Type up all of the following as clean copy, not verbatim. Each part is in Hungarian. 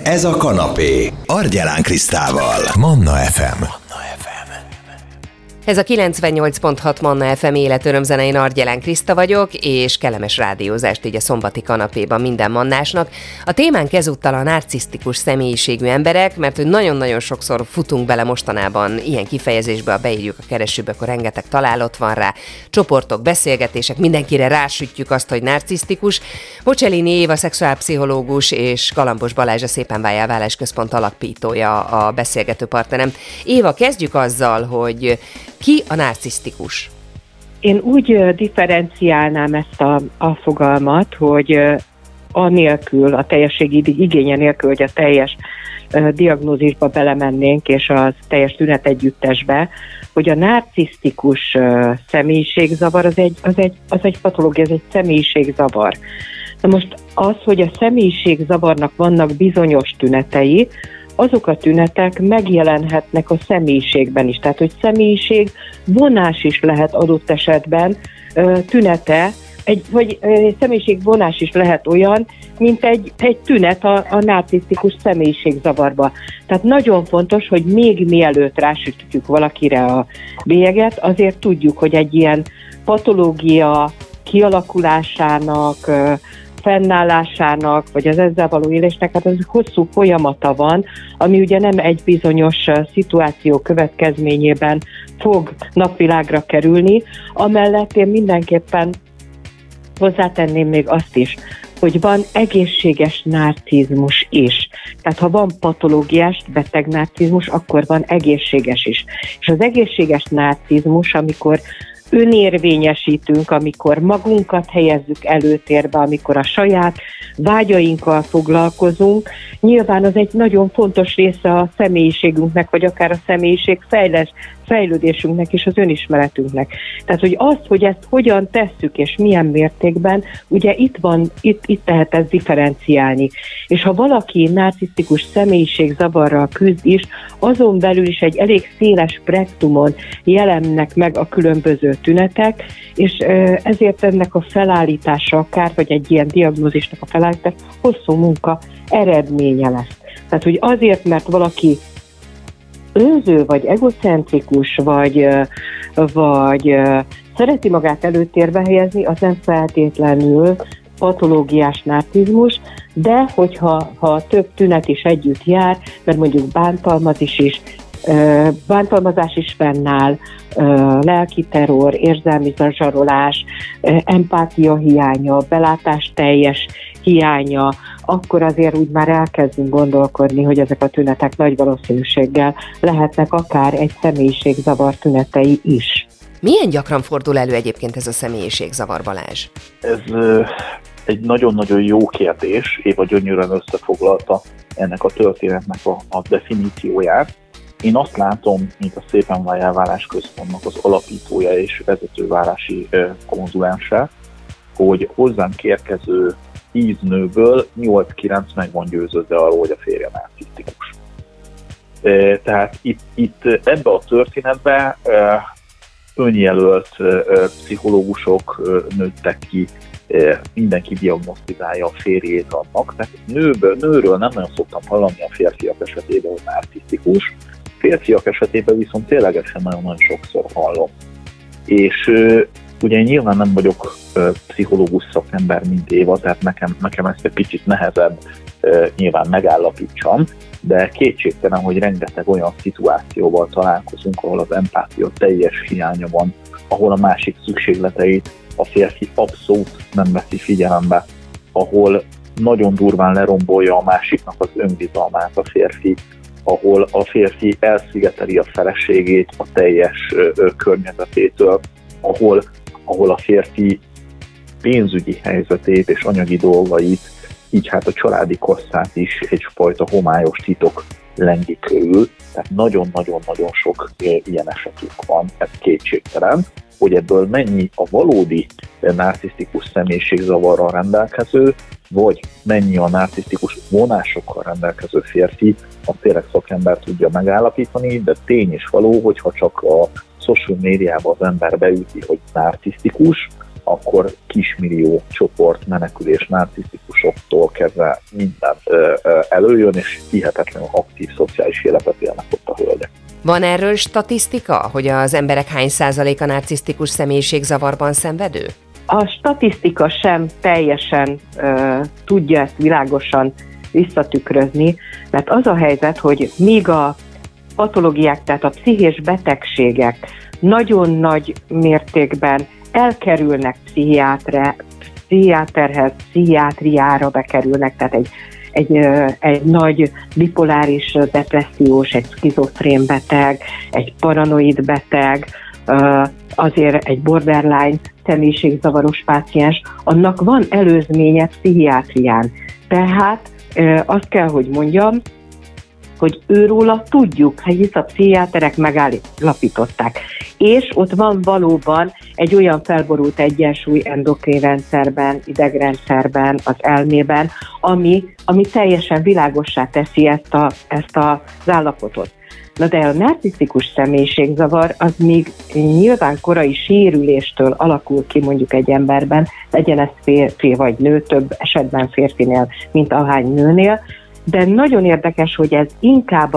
Ez a kanapé. Argyelán Krisztával. Manna FM. Ez a 98.6 Manna FM életörömzene, én Argyelán Kriszta vagyok, és kellemes rádiózást így a szombati kanapéban minden mannásnak. A témánk ezúttal a narcisztikus személyiségű emberek, mert hogy nagyon-nagyon sokszor futunk bele mostanában ilyen kifejezésbe, ha beírjuk a keresőbe, akkor rengeteg találat van rá, csoportok, beszélgetések, mindenkire rásütjük azt, hogy narcisztikus. Bocselini Éva, szexuálpszichológus, és Galambos Balázs, a Szépen Váljál Válásközpont alapítója a beszélgető partnerem. Éva, kezdjük azzal, hogy ki a narcisztikus? Én úgy differenciálnám ezt a fogalmat, hogy anélkül, a teljességi igénye nélkül, hogy a teljes diagnózisba belemennénk, és az teljes tünetegyüttesbe, hogy a narcisztikus személyiségzavar az egy patológia, ez egy személyiségzavar. Na most az, hogy a személyiségzavarnak vannak bizonyos tünetei, azok a tünetek megjelenhetnek a személyiségben is. Tehát, hogy személyiség vonás is lehet adott esetben tünete, vagy személyiség vonás is lehet olyan, mint egy tünet a narcisztikus személyiségzavarba. Tehát nagyon fontos, hogy még mielőtt rásütjük valakire a bélyeget, azért tudjuk, hogy egy ilyen patológia kialakulásának, fennállásának, vagy az ezzel való élésnek, hát ez hosszú folyamata van, ami ugye nem egy bizonyos szituáció következményében fog napvilágra kerülni. Amellett én mindenképpen hozzátenném még azt is, hogy van egészséges narcizmus is. Tehát ha van patológiás, beteg narcizmus, akkor van egészséges is. És az egészséges narcizmus, amikor önérvényesítünk, amikor magunkat helyezzük előtérbe, amikor a saját vágyainkkal foglalkozunk, nyilván az egy nagyon fontos része a személyiségünknek, vagy akár a személyiség fejlődésünknek és az önismeretünknek. Tehát, hogy azt, hogy ezt hogyan tesszük és milyen mértékben, ugye itt lehet ezt differenciálni. És ha valaki narcisztikus személyiségzavarral küzd is, azon belül is egy elég széles spektrumon jelennek meg a különböző tünetek, és ezért ennek a felállítása akár, vagy egy ilyen diagnózisnak a felállítása hosszú munka eredménye lesz. Tehát, hogy azért, mert valaki önző, vagy egocentrikus, vagy szereti magát előtérbe helyezni, az nem feltétlenül patológiás narcizmus, de hogyha több tünet is együtt jár, mert mondjuk bántalmazás is fennáll, lelki terror, érzelmi zsarolás, empátia hiánya, belátás teljes hiánya, akkor azért úgy már elkezdünk gondolkodni, hogy ezek a tünetek nagy valószínűséggel lehetnek akár egy személyiségzavar tünetei is. Milyen gyakran fordul elő egyébként ez a személyiségzavar, Balázs? Ez egy nagyon-nagyon jó kérdés. Éva gyönyörűen összefoglalta ennek a történetnek a definícióját. Én azt látom, mint a Szépen Váljál Válásközpontnak az alapítója és vezetővárási konzulense, hogy hozzánk érkező 10 nőből 8-9 meg van győződve arról, hogy a férje narcisztikus. Tehát itt ebbe a történetbe önjelölt pszichológusok nőttek ki, mindenki diagnosztizálja a férjét annak. Tehát nőről nem nagyon szoktam hallani a férfiak esetében, hogy narcisztikus, férfiak esetében viszont ténylegesen nagyon-nagyon sokszor hallom. És ugye én nyilván nem vagyok pszichológus szakember, mint Éva, tehát nekem ezt egy kicsit nehezebb nyilván megállapítsam, de kétségtelen, hogy rengeteg olyan szituációval találkozunk, ahol az empátia teljes hiánya van, ahol a másik szükségleteit a férfi abszolút nem veszi figyelembe, ahol nagyon durván lerombolja a másiknak az önbizalmát a férfi, ahol a férfi elszigeteli a feleségét a teljes környezetétől, ahol a férfi pénzügyi helyzetét és anyagi dolgait, így hát a családi kasszát is egyfajta homályos titok lengi körül. Tehát nagyon-nagyon-nagyon sok ilyen esetük van, ez kétségtelen. Hogy ebből mennyi a valódi narcisztikus személyiségzavarral rendelkező, vagy mennyi a narcisztikus vonásokkal rendelkező férfi, azt tényleg szakember tudja megállapítani, de tény is való, hogyha csak a social médiába az ember beüti, hogy narcisztikus, akkor kismillió csoport menekülés narcisztikusoktól kezdve minden előjön, és hihetetlenül aktív szociális életet élnek ott a hölgyek. Van erről statisztika, hogy az emberek hány százaléka narcisztikus személyiségzavarban szenvedő? A statisztika sem teljesen tudja ezt világosan visszatükrözni, mert az a helyzet, hogy míg a patológiák, tehát a pszichés betegségek nagyon nagy mértékben elkerülnek pszichiáterhez, pszichiátriára bekerülnek, tehát egy nagy bipoláris depressziós, egy szkizofrén beteg, egy paranoid beteg, azért egy borderline személyiségzavaros páciens, annak van előzménye pszichiátrián. Tehát azt kell, hogy mondjam, hogy őróla tudjuk, hisz a pszichiáterek megállapították. És ott van valóban egy olyan felborult egyensúly endokrin rendszerben, idegrendszerben, az elmében, ami teljesen világossá teszi ezt az állapotot. Na de a narcisztikus személyiségzavar az még nyilván korai sérüléstől alakul ki mondjuk egy emberben, legyen ez férfi vagy nő, több esetben férfinél, mint ahány nőnél, de nagyon érdekes, hogy ez inkább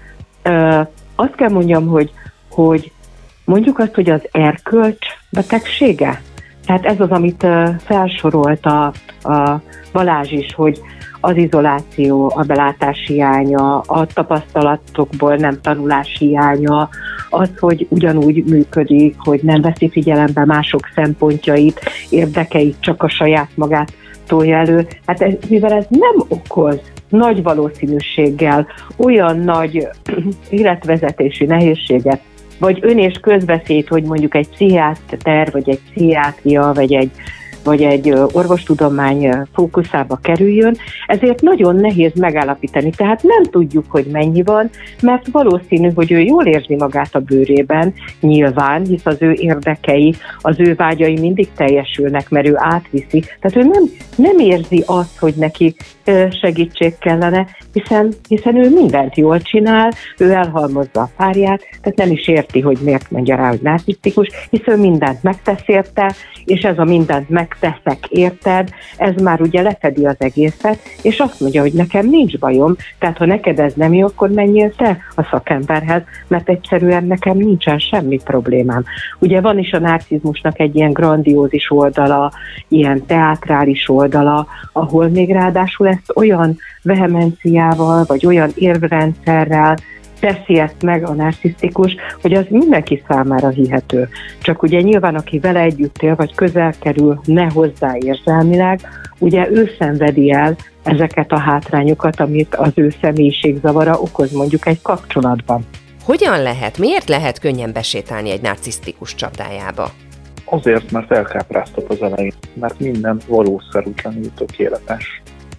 azt kell mondjam, hogy mondjuk azt, hogy az erkölcs betegsége. Tehát ez az, amit felsorolt a Balázs is, hogy az izoláció, a belátás hiánya, a tapasztalatokból nem tanulás hiánya, az, hogy ugyanúgy működik, hogy nem veszi figyelembe mások szempontjait, érdekeit, csak a saját magát tolja elő. Hát mivel ez nem okoz nagy valószínűséggel olyan nagy életvezetési nehézséget, vagy ön- és közbeszéd, hogy mondjuk egy pszichiáter, vagy egy pszichiátria, vagy egy orvostudomány fókuszába kerüljön, ezért nagyon nehéz megállapítani. Tehát nem tudjuk, hogy mennyi van, mert valószínű, hogy ő jól érzi magát a bőrében, nyilván, hisz az ő érdekei, az ő vágyai mindig teljesülnek, mert ő átviszi. Tehát ő nem érzi azt, hogy neki segítség kellene, hiszen ő mindent jól csinál, ő elhalmozza a párját, tehát nem is érti, hogy miért mondja rá, hogy narcisztikus, hiszen ő mindent megtesz érte, és ez a mindent megteszek érted, ez már ugye lefedi az egészet, és azt mondja, hogy nekem nincs bajom, tehát ha neked ez nem jó, akkor menjél te a szakemberhez, mert egyszerűen nekem nincsen semmi problémám. Ugye van is a narcizmusnak egy ilyen grandiózis oldala, ilyen teátrális oldala, ahol még ráadásul ezt olyan vehemenciával, vagy olyan érvrendszerrel teszi ezt meg a narcisztikus, hogy az mindenki számára hihető. Csak ugye nyilván, aki vele együtt él, vagy közel kerül, ne hozzá érzelmileg, ugye ő szenvedi el ezeket a hátrányokat, amit az ő személyiségzavara okoz mondjuk egy kapcsolatban. Hogyan lehet, miért lehet könnyen besétálni egy narcisztikus csapdájába? Azért, mert elkápráztat az elején, mert minden valószerűtlenül tökéletes.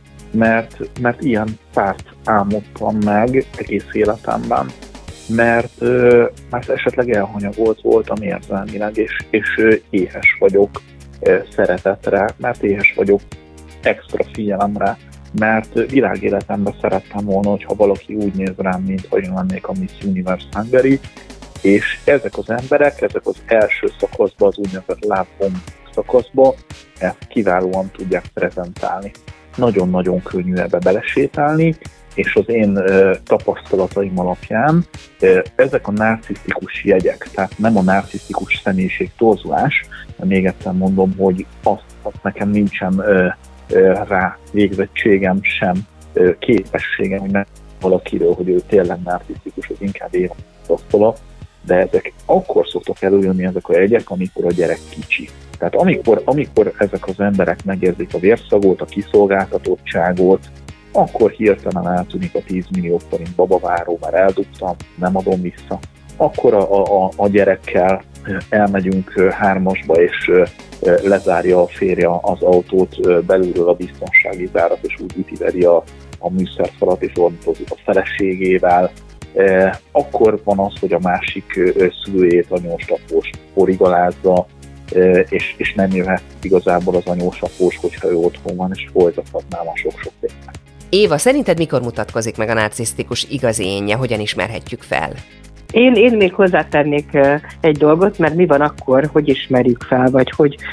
Mert ilyen párt álmodtam meg egész életemben, mert esetleg elhanyagolt voltam érzelmileg, és éhes vagyok szeretetre, mert éhes vagyok extra figyelemre, mert világéletemben szerettem volna, hogyha valaki úgy néz rám, mintha én lennék a Miss Universe Hungary, és ezek az emberek, ezek az első szakaszban, az úgynevezett lábom szakaszban ezt kiválóan tudják prezentálni. Nagyon-nagyon könnyű ebbe belesétálni, és az én tapasztalataim alapján ezek a narcisztikus jegyek, tehát nem a narcisztikus személyiség torzulás, de még egyszer mondom, hogy azt nekem nincsen rá végzettségem sem, képességem, hogy nem valakiről, hogy ő tényleg narcisztikus, az inkább én tapasztalat, de ezek akkor szoktak előjönni ezek a jegyek, amikor a gyerek kicsi. Tehát amikor ezek az emberek megérzik a vérszagot, a kiszolgáltatottságot, akkor hirtelen eltűnik a 10 millió forint babaváró, már eldugtam, nem adom vissza. Akkor a gyerekkel elmegyünk hármasba, és lezárja a férje az autót, belülről a biztonsági zárat, és úgy ütiveri a műszerfalat, és ornitozik a feleségével. Akkor van az, hogy a másik szülőjét anyósapós origalázza, és nem jöhet igazából az anyósapós, hogyha ő otthon van, és folytathatnám a sok-sok tényleg. Éva, szerinted mikor mutatkozik meg a narcisztikus igazi énje, hogyan ismerhetjük fel? Én még hozzátennék egy dolgot, mert mi van akkor, hogy ismerjük fel, vagy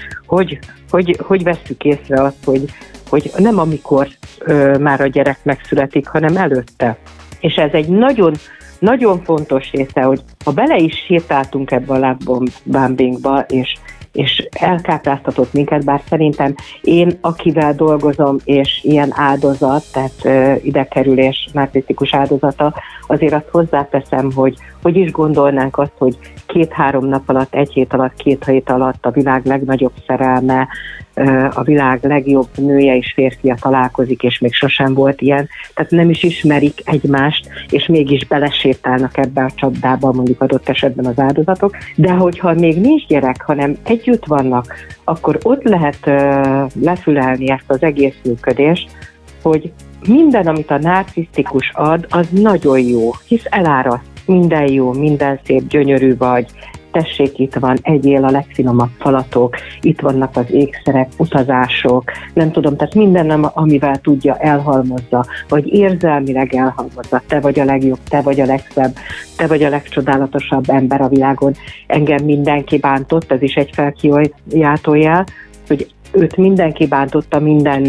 hogy vesszük észre azt, hogy nem amikor már a gyerek megszületik, hanem előtte. És ez egy nagyon, nagyon fontos része, hogy ha bele is sétáltunk ebbe a lábbombingba, és elkápráztatott minket, bár szerintem én, akivel dolgozom, és ilyen áldozat, tehát idekerülés, narcisztikus áldozata, azért azt hozzáteszem, hogy is gondolnánk azt, hogy 2-3 nap alatt, 1 hét alatt, 2 hét alatt a világ legnagyobb szerelme, a világ legjobb nője és férfia találkozik, és még sosem volt ilyen, tehát nem is ismerik egymást, és mégis belesétálnak ebbe a csapdába, mondjuk adott esetben az áldozatok, de hogyha még nincs gyerek, hanem együtt vannak, akkor ott lehet lefülelni ezt az egész működést, hogy minden, amit a narcisztikus ad, az nagyon jó, hisz eláraszt, minden jó, minden szép, gyönyörű vagy, tessék, itt van, egyél a legfinomabb falatok, itt vannak az ékszerek, utazások, nem tudom, tehát minden, amivel tudja, elhalmozza, vagy érzelmileg elhalmozza, te vagy a legjobb, te vagy a legszebb, te vagy a legcsodálatosabb ember a világon, engem mindenki bántott, ez is egy felkiáltójel, hogy őt mindenki bántotta, minden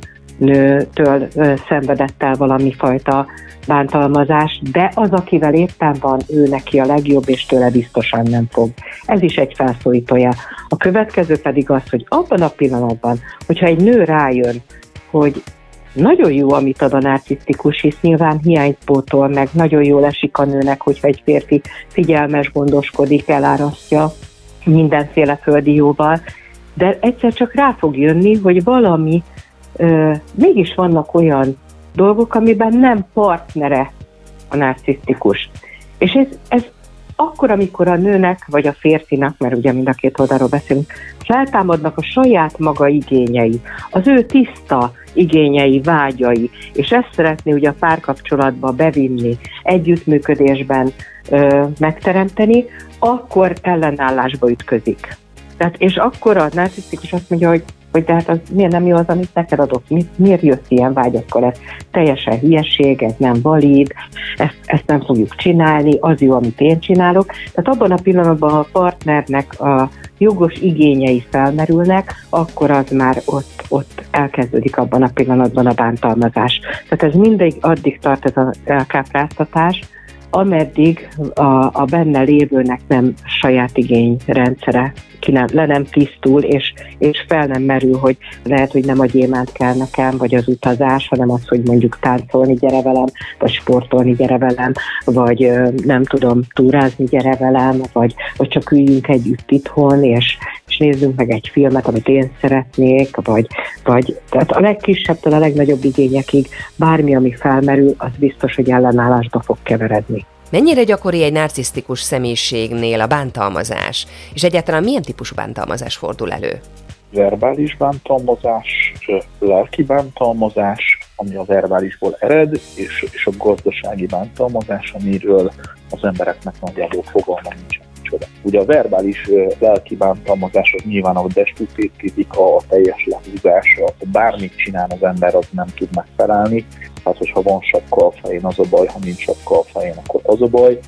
nőtől szenvedett el valami fajta bántalmazás, de az, akivel éppen van, ő neki a legjobb, és tőle biztosan nem fog. Ez is egy felszólítója. A következő pedig az, hogy abban a pillanatban, hogyha egy nő rájön, hogy nagyon jó, amit ad a narcisztikus, hisz nyilván hiányt pótol, meg nagyon jól esik a nőnek, hogyha egy férfi figyelmes, gondoskodik, elárasztja mindenféle földi jóval, de egyszer csak rá fog jönni, hogy valami mégis vannak olyan dolgok, amiben nem partnere a narcisztikus. És ez akkor, amikor a nőnek, vagy a férfinak, mert ugye mind a két oldalról beszélünk, feltámadnak a saját maga igényei, az ő tiszta igényei, vágyai, és ezt szeretné ugye a párkapcsolatba bevinni, együttműködésben megteremteni, akkor ellenállásba ütközik. Tehát, és akkor a narcisztikus azt mondja, hogy de hát az miért nem jó az, amit neked adok? Miért jössz ilyen vágyakkal? Ez teljesen hülyeség, ez nem valid, ezt nem fogjuk csinálni, az jó, amit én csinálok. Tehát abban a pillanatban, ha a partnernek a jogos igényei felmerülnek, akkor az már ott elkezdődik abban a pillanatban a bántalmazás. Tehát ez mindig addig tart ez a elkápráztatás, ameddig a benne lévőnek nem saját igényrendszere le nem tisztul, és fel nem merül, hogy lehet, hogy nem a gyémánt kell nekem, vagy az utazás, hanem az, hogy mondjuk táncolni gyere velem, vagy sportolni gyere velem, vagy nem tudom, túrázni gyere velem, vagy csak üljünk együtt itthon, és nézzünk meg egy filmet, amit én szeretnék, vagy tehát a legkisebbtől a legnagyobb igényekig bármi, ami felmerül, az biztos, hogy ellenállásba fog keveredni. Mennyire gyakori egy narcisztikus személyiségnél a bántalmazás? És egyáltalán milyen típusú bántalmazás fordul elő? Verbális bántalmazás, lelki bántalmazás, ami a verbálisból ered, és a gazdasági bántalmazás, amiről az embereknek nagyjából fogalma nincsen. Ugye a verbális lelki bántalmazás az nyilván a destruktív kritika, a teljes lehúzása, bármit csinál az ember, az nem tud megfelelni. Tehát, hogyha van sapka a fején, az a baj, ha nincs sapka a fején, akkor az a baj.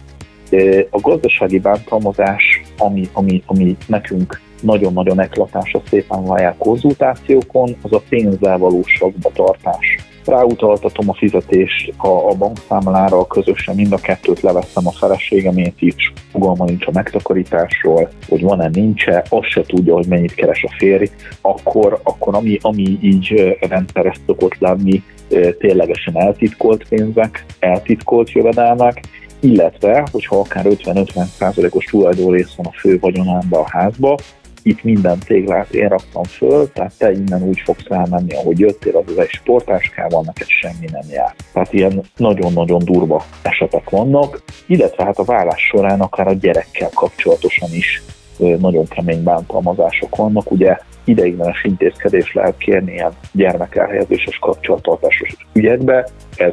A gazdasági bántalmazás, ami nekünk nagyon-nagyon eklatás a szépen válják konzultációkon, az a pénzzel való sakba tartás. Ráutaltatom a fizetést a bankszámlára, közösen mind a kettőt leveszem a feleségemét is, fogalma nincs a megtakarításról, hogy van-e, nincs-e, azt se tudja, hogy mennyit keres a férj, akkor ami így rendszeres szokott lenni, ténylegesen eltitkolt pénzek, eltitkolt jövedelmek, illetve, hogyha akár 50-50%-os tulajdonrész van a fő vagyonában a házba, itt minden téglát én raktam föl, tehát te innen úgy fogsz elmenni, ahogy jöttél, az egy sportáskával, neked semmi nem jár. Tehát ilyen nagyon-nagyon durva esetek vannak, illetve hát a vállás során akár a gyerekkel kapcsolatosan is nagyon kemény bántalmazások vannak. Ugye ideiglenes intézkedés lehet kérni ilyen gyermekelhelyezéses kapcsolattartásos ügyekbe, ez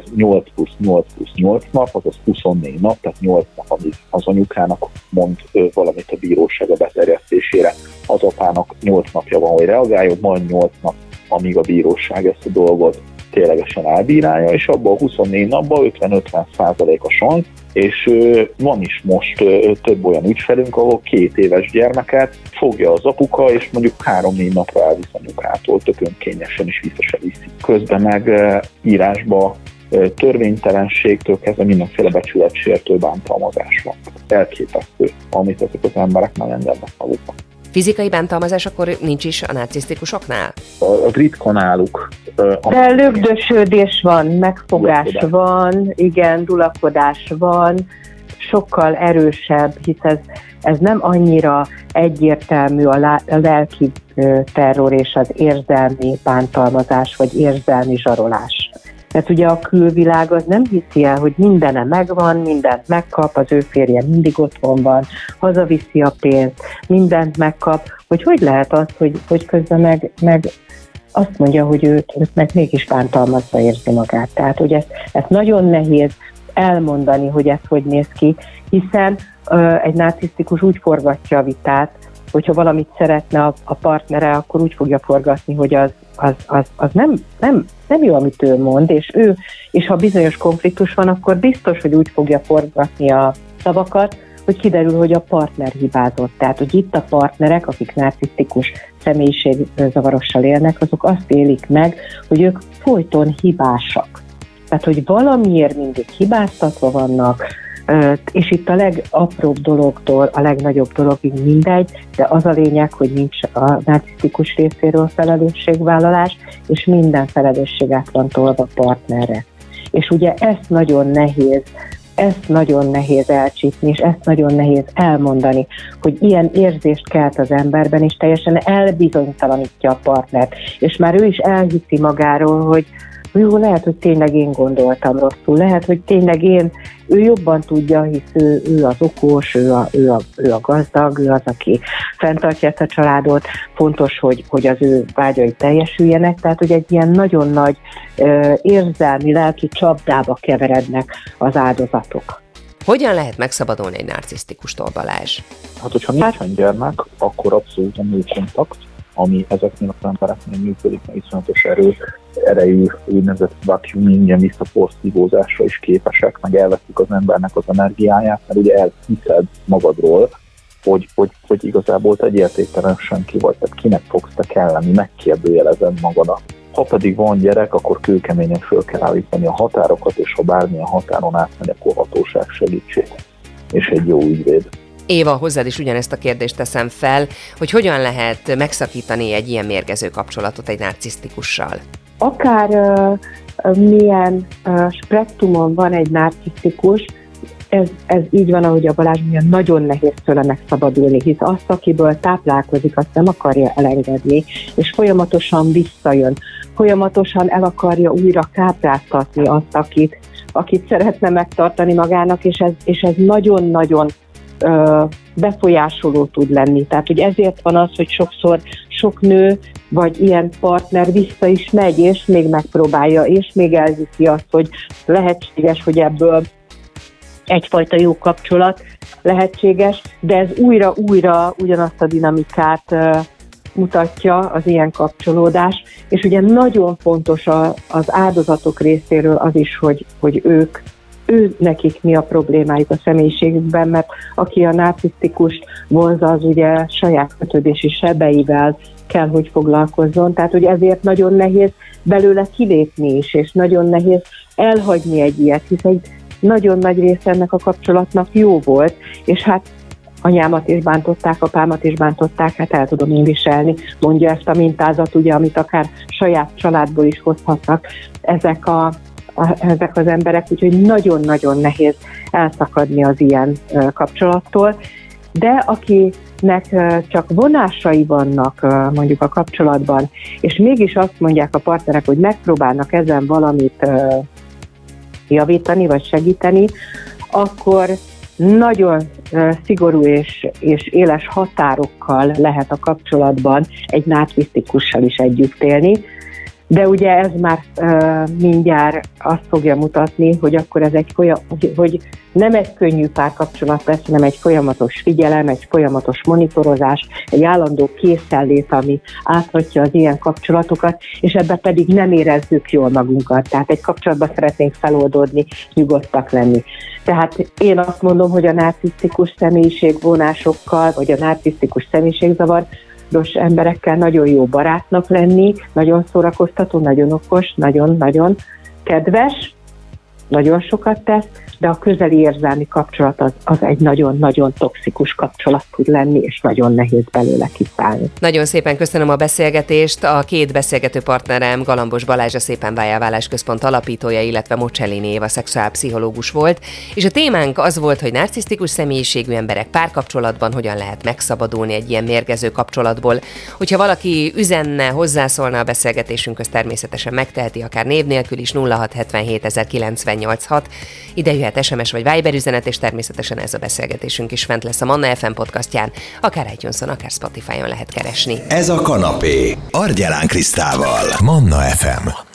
8+8+8 nap, azaz 24 nap, tehát 8 nap, amíg az anyukának mond valamit a bíróság a beterjesztésére, az apának 8 napja van, hogy reagáljon, majd 8 nap, amíg a bíróság ezt a dolgot ténylegesen elbírálja, és abban a 24 napban 50-50% a sansz, És van is most több olyan ügyfelünk, ahol 2 éves gyermeket fogja az apuka, és mondjuk 3-4 napra elvisz anyukától, tök önkényesen is vissza se viszi. Közben meg írásba törvénytelenségtől kezdve mindenféle becsületsértő bántalmazás van. Elképesztő, amit ezek az emberek megengedik maguknak. Fizikai bántalmazás akkor nincs is a narcisztikusoknál? A ritka náluk. De lögdösödés van, megfogás van, igen, dulakodás van, sokkal erősebb, hisz ez nem annyira egyértelmű a lelki terror és az érzelmi bántalmazás, vagy érzelmi zsarolás. Mert ugye a külvilág az nem hiszi el, hogy mindene megvan, mindent megkap, az ő férje mindig otthon van, hazaviszi a pénzt, mindent megkap, hogy lehet az, hogy közben meg azt mondja, hogy őt meg mégis bántalmazva érzi magát. Tehát, hogy ezt nagyon nehéz elmondani, hogy ez hogy néz ki, hiszen egy narcisztikus úgy forgatja a vitát, hogyha valamit szeretne a partnere, akkor úgy fogja forgatni, hogy az nem jó, amit ő mond, és ha bizonyos konfliktus van, akkor biztos, hogy úgy fogja forgatni a szavakat, hogy kiderül, hogy a partner hibázott. Tehát, hogy itt a partnerek, akik narcisztikus személyiségzavarossal élnek, azok azt élik meg, hogy ők folyton hibásak. Tehát, hogy valamiért mindig hibáztatva vannak, és itt a legapróbb dologtól a legnagyobb dologig mindegy, de az a lényeg, hogy nincs a narcisztikus részéről felelősségvállalás, és minden felelősség át van tolva a partnerre. És ugye ezt nagyon nehéz elcsípni, és ezt nagyon nehéz elmondani, hogy ilyen érzést kelt az emberben, és teljesen elbizonytalanítja a partnert. És már ő is elhiszi magáról, hogy jó, lehet, hogy tényleg én gondoltam rosszul, lehet, hogy tényleg ő jobban tudja, hisz ő az okos, ő a gazdag, ő az, aki fenntartja ezt a családot, fontos, hogy az ő vágyai teljesüljenek, tehát hogy egy ilyen nagyon nagy érzelmi, lelki csapdába keverednek az áldozatok. Hogyan lehet megszabadulni egy narcisztikustól, Balázs? Hát, hogyha nincsen gyermek, akkor abszolút a nőkontakt, ami ezeknél az embereknél működik, mert iszonyatos erejű úgynevezett vacuuming, ilyen visszaporszívózásra is képesek, meg elveszik az embernek az energiáját, mert ugye elhiszed magadról, hogy igazából te egy értéktelen senki vagy, tehát kinek fogsz te kelleni, megkérdőjelezed magadat. Ha pedig van gyerek, akkor kőkeményen föl kell állítani a határokat, és ha bármilyen határon átmegy, akkor hatóság segítség, és egy jó ügyvéd. Éva, hozzád is ugyanezt a kérdést teszem fel, hogy hogyan lehet megszakítani egy ilyen mérgező kapcsolatot egy narcisztikussal? Akár milyen spektrumon van egy narcisztikus, ez így van, ahogy a Balázs mondja, nagyon nehéz tőle megszabadulni, hisz azt, akiből táplálkozik, azt nem akarja elengedni, és folyamatosan visszajön, folyamatosan el akarja újra kápráztatni azt, akit szeretne megtartani magának, és ez nagyon-nagyon befolyásoló tud lenni. Tehát, hogy ezért van az, hogy sokszor sok nő vagy ilyen partner vissza is megy, és még megpróbálja, és még elhiszi azt, hogy lehetséges, hogy ebből egyfajta jó kapcsolat lehetséges, de ez újra ugyanazt a dinamikát mutatja az ilyen kapcsolódás, és ugye nagyon fontos az áldozatok részéről az is, hogy nekik mi a problémájuk a személyiségükben, mert aki a narcisztikust vonzza, az ugye saját kötődési sebeivel kell, hogy foglalkozzon, tehát hogy ezért nagyon nehéz belőle kilépni is, és nagyon nehéz elhagyni egy ilyet, hisz egy nagyon nagy része ennek a kapcsolatnak jó volt, és hát anyámat is bántották, apámat is bántották, hát el tudom én viselni, mondja ezt a mintázat, ugye, amit akár saját családból is hozhatnak ezek az emberek, úgyhogy nagyon-nagyon nehéz elszakadni az ilyen kapcsolattól, de akinek csak vonásai vannak mondjuk a kapcsolatban, és mégis azt mondják a partnerek, hogy megpróbálnak ezen valamit javítani vagy segíteni, akkor nagyon szigorú és éles határokkal lehet a kapcsolatban egy narcisztikussal is együtt élni. De ugye ez már mindjárt azt fogja mutatni, hogy akkor ez hogy nem egy könnyű párkapcsolat lesz, hanem egy folyamatos figyelem, egy folyamatos monitorozás, egy állandó készenlét, ami áthatja az ilyen kapcsolatokat, és ebben pedig nem érezzük jól magunkat. Tehát egy kapcsolatban szeretnénk feloldódni, nyugodtak lenni. Tehát én azt mondom, hogy a narcisztikus személyiségvonásokkal, vagy a narcisztikus személyiségzavaros emberekkel nagyon jó barátnak lenni, nagyon szórakoztató, nagyon okos, nagyon-nagyon kedves, nagyon sokat tesz, de a közeli érzelmi kapcsolat az egy nagyon-nagyon toxikus kapcsolat tud lenni, és nagyon nehéz belőle kiszállni. Nagyon szépen köszönöm a beszélgetést. A két beszélgető partnerem Galambos Balázs, a Szépen Válljál Válás Központ alapítója, illetve Mocellini Éva szexuálpszichológus volt, és a témánk az volt, hogy narcisztikus személyiségű emberek párkapcsolatban hogyan lehet megszabadulni egy ilyen mérgező kapcsolatból. Hogyha valaki üzenne, hozzászólna a beszélgetésünkhöz, természetesen megteheti, akár név nélkül is, 0677 986. Ide jöhet SMS vagy Viber üzenet, és természetesen ez a beszélgetésünk is fent lesz a Manna FM podcastján, akár iTunes-on, akár Spotify-on lehet keresni. Ez a kanapé Argyelán Krisztával. Manna FM.